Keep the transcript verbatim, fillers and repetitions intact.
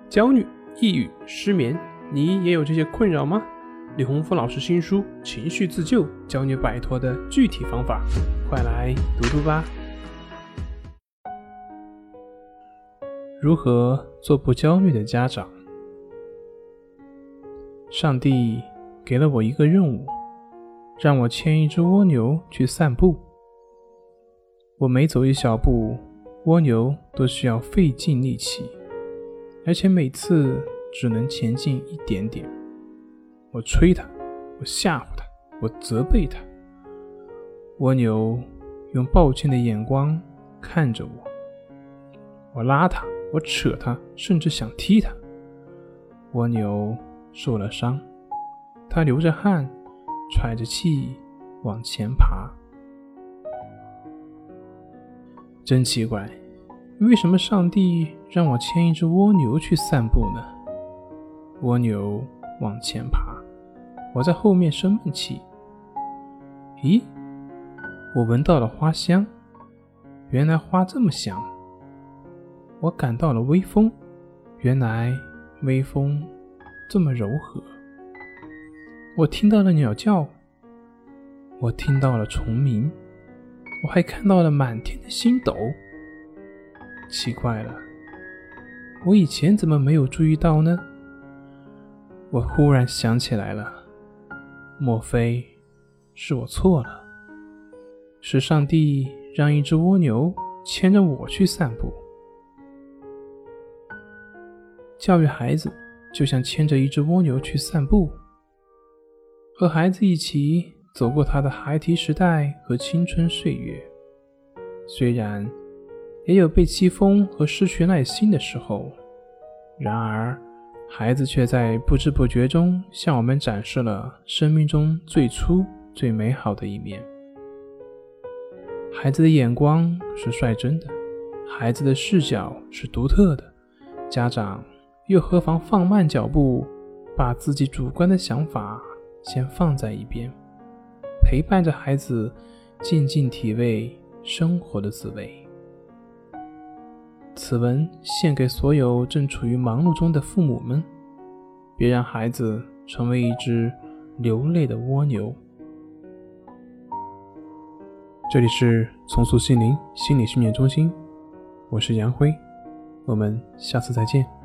焦虑、抑郁、失眠，你也有这些困扰吗？李洪福老师新书《情绪自救》教你摆脱的具体方法，快来读读吧。如何做不焦虑的家长？上帝给了我一个任务，让我牵一只蜗牛去散步。我每走一小步，蜗牛都需要费尽力气，而且每次只能前进一点点。我催它，我吓唬它，我责备它。蜗牛用抱歉的眼光看着我，我拉它，我扯它，甚至想踢它。蜗牛受了伤，它流着汗，喘着气往前爬。真奇怪，为什么上帝让我牵一只蜗牛去散步呢？蜗牛往前爬，我在后面生闷气。咦，我闻到了花香，原来花这么香。我感到了微风，原来微风这么柔和。我听到了鸟叫，我听到了虫鸣，我还看到了满天的星斗。奇怪了，我以前怎么没有注意到呢？我忽然想起来了，莫非是我错了？是上帝让一只蜗牛牵着我去散步。教育孩子就像牵着一只蜗牛去散步，和孩子一起走过他的孩提时代和青春岁月。虽然也有被欺负和失去耐心的时候，然而孩子却在不知不觉中向我们展示了生命中最初最美好的一面。孩子的眼光是率真的，孩子的视角是独特的，家长又何妨放慢脚步，把自己主观的想法先放在一边，陪伴着孩子静静体味生活的滋味。此文献给所有正处于忙碌中的父母们，别让孩子成为一只流泪的蜗牛。这里是重塑心灵心理训练中心，我是杨辉，我们下次再见。